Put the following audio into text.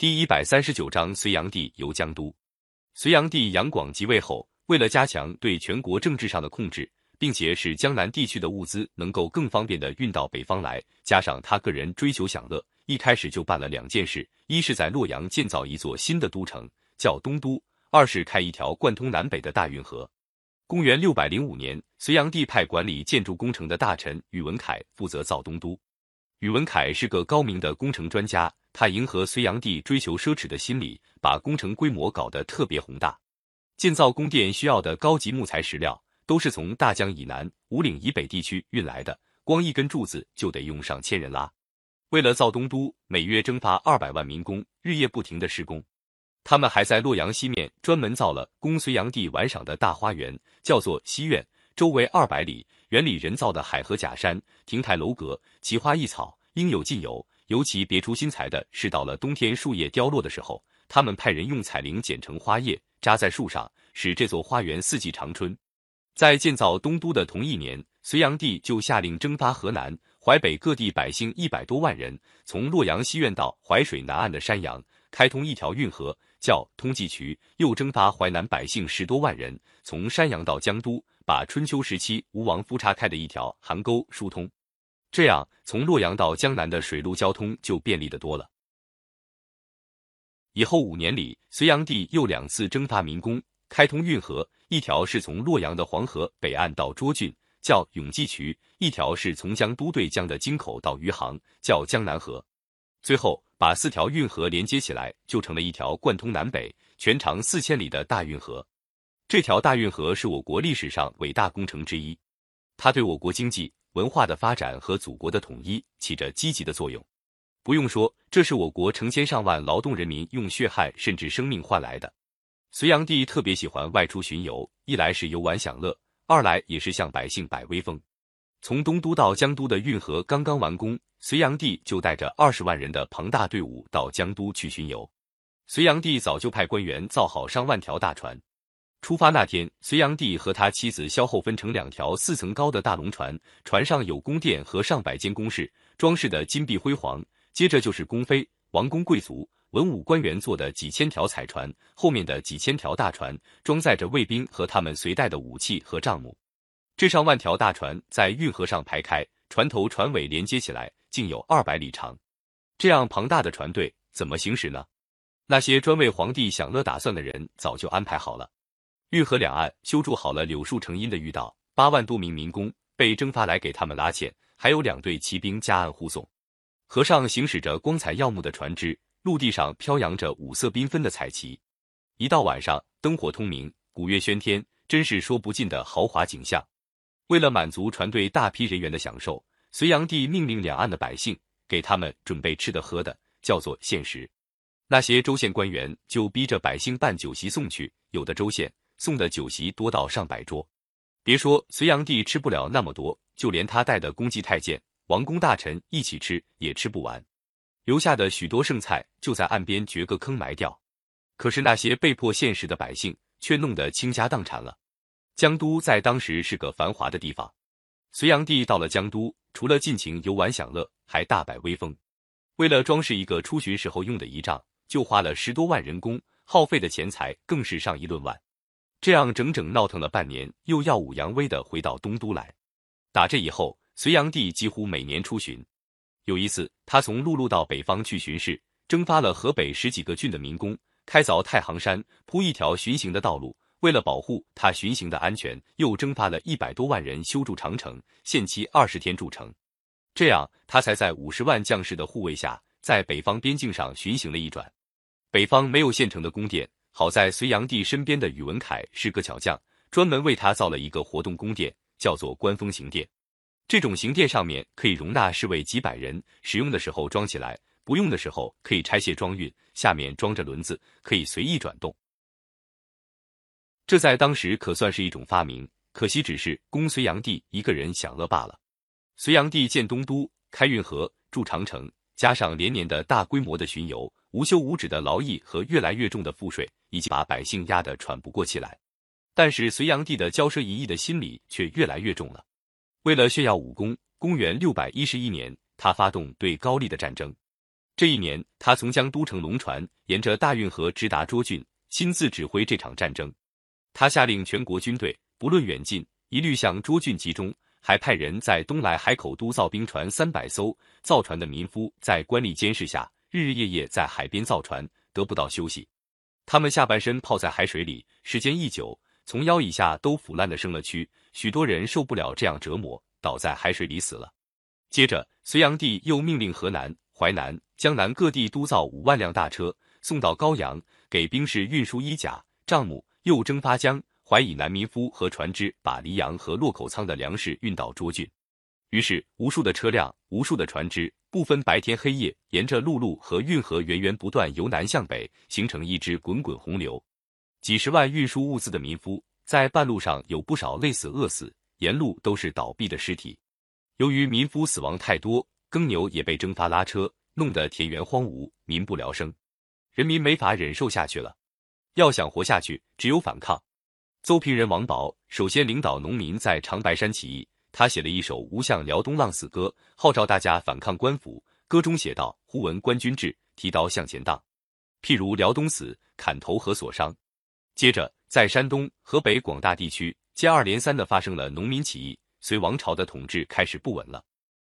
第139章隋炀帝游江都。隋炀帝杨广即位后，为了加强对全国政治上的控制，并且使江南地区的物资能够更方便地运到北方来，加上他个人追求享乐，一开始就办了2件事：一是在洛阳建造一座新的都城，叫东都；二是开一条贯通南北的大运河。公元605年，隋炀帝派管理建筑工程的大臣宇文恺负责造东都。宇文恺是个高明的工程专家，他迎合隋炀帝追求奢侈的心理，把工程规模搞得特别宏大。建造宫殿需要的高级木材石料都是从大江以南、五岭以北地区运来的，光一根柱子就得用上1000人拉。为了造东都，每月征发200万民工，日夜不停地施工。他们还在洛阳西面专门造了供隋炀帝玩赏的大花园，叫做西苑，周围200里，园里人造的海河假山、亭台楼阁，奇花异草，应有尽有。尤其别出心裁的是，到了冬天树叶凋落的时候，他们派人用彩绫剪成花叶，扎在树上，使这座花园四季长春。在建造东都的同一年，隋炀帝就下令征发河南、淮北各地百姓100多万人，从洛阳西苑到淮水南岸的山阳，开通一条运河，叫通济渠；又征发淮南百姓10多万人，从山阳到江都，把春秋时期吴王夫差开的一条邗沟疏通。这样，从洛阳到江南的水陆交通就便利得多了。以后5年里，隋炀帝又2次征发民工，开通运河，一条是从洛阳的黄河北岸到涿郡，叫永济渠；一条是从江都对江的京口到余杭，叫江南河。最后把4条运河连接起来，就成了一条贯通南北、全长4000里的大运河。这条大运河是我国历史上伟大工程之一，它对我国经济、文化的发展和祖国的统一起着积极的作用。不用说，这是我国成千上万劳动人民用血汗甚至生命换来的。隋炀帝特别喜欢外出巡游，一来是游玩享乐，二来也是向百姓摆威风。从东都到江都的运河刚刚完工，隋炀帝就带着20万人的庞大队伍到江都去巡游。隋炀帝早就派官员造好上万条大船。出发那天，隋炀帝和他妻子先后分成2条4层高的大龙船，船上有宫殿和上百间宫室，装饰的金碧辉煌。接着就是宫妃、王公贵族、文武官员坐的几千条彩船，后面的几千条大船装载着卫兵和他们随带的武器和帐幕。这上万条大船在运河上排开，船头船尾连接起来，竟有200里长。这样庞大的船队怎么行驶呢？那些专为皇帝享乐打算的人早就安排好了。运河两岸修筑好了柳树成荫的御道，8万多名民工被征发来给他们拉纤，还有2队骑兵加岸护送。河上行驶着光彩耀目的船只，陆地上飘扬着五色缤纷的彩旗。一到晚上，灯火通明，鼓乐喧天，真是说不尽的豪华景象。为了满足船队大批人员的享受，隋炀帝命令两岸的百姓给他们准备吃的喝的，叫做献食。那些州县官员就逼着百姓办酒席送去，有的州县送的酒席多到上百桌。别说隋炀帝吃不了那么多，就连他带的公祭太监、王公大臣一起吃也吃不完，留下的许多剩菜就在岸边掘个坑埋掉。可是那些被迫献食的百姓却弄得倾家荡产了。江都在当时是个繁华的地方，隋炀帝到了江都，除了尽情游玩享乐，还大摆威风。为了装饰一个出巡时候用的仪仗，就花了10多万人工，耗费的钱财更是上1论万。这样整整闹腾了半年，又耀武扬威地回到东都来。打这以后，隋炀帝几乎每年出巡。有一次，他从陆路到北方去巡视，征发了河北10几个郡的民工，开凿太行山，铺一条巡行的道路。为了保护他巡行的安全，又征发了100多万人修筑长城，限期20天筑成。这样，他才在50万将士的护卫下，在北方边境上巡行了一转。北方没有现成的宫殿，好在隋炀帝身边的宇文恺是个巧匠，专门为他造了一个活动宫殿，叫做观风行殿。这种行殿上面可以容纳侍卫几百人，使用的时候装起来，不用的时候可以拆卸装运，下面装着轮子，可以随意转动。这在当时可算是一种发明，可惜只是供隋炀帝一个人享乐罢了。隋炀帝建东都、开运河、筑长城，加上连年的大规模的巡游，无休无止的劳役和越来越重的赋税，已经把百姓压得喘不过气来。但是隋炀帝的骄奢淫逸的心理却越来越重了。为了炫耀武功，公元611年，他发动对高丽的战争。 这一年，他从江都乘龙船，沿着大运河直达涿郡，亲自指挥这场战争。他下令全国军队不论远近，一律向涿郡集中，还派人在东莱海口督造兵船300艘。造船的民夫在官吏监视下，日日夜夜在海边造船，得不到休息。他们下半身泡在海水里，时间一久，从腰以下都腐烂的生了蛆，许多人受不了这样折磨，倒在海水里死了。接着，隋炀帝又命令河南、淮南、江南各地督造5万辆大车，送到高阳，给兵士运输衣甲、帐幕，又征发江、淮以南民夫和船只，把黎阳和洛口仓的粮食运到涿郡。于是，无数的车辆、无数的船只，不分白天黑夜，沿着陆路和运河源源不断由南向北，形成一支滚滚洪流。几十万运输物资的民夫，在半路上有不少累死饿死，沿路都是倒闭的尸体。由于民夫死亡太多，耕牛也被征发拉车，弄得田园荒芜，民不聊生。人民没法忍受下去了，要想活下去，只有反抗。邹平人王保首先领导农民在长白山起义，他写了一首《吴向辽东浪死歌》，号召大家反抗官府。歌中写道：忽闻官军至，提刀向前荡。譬如辽东死，砍头何所伤。接着，在山东、河北广大地区接二连三地发生了农民起义，隋王朝的统治开始不稳了。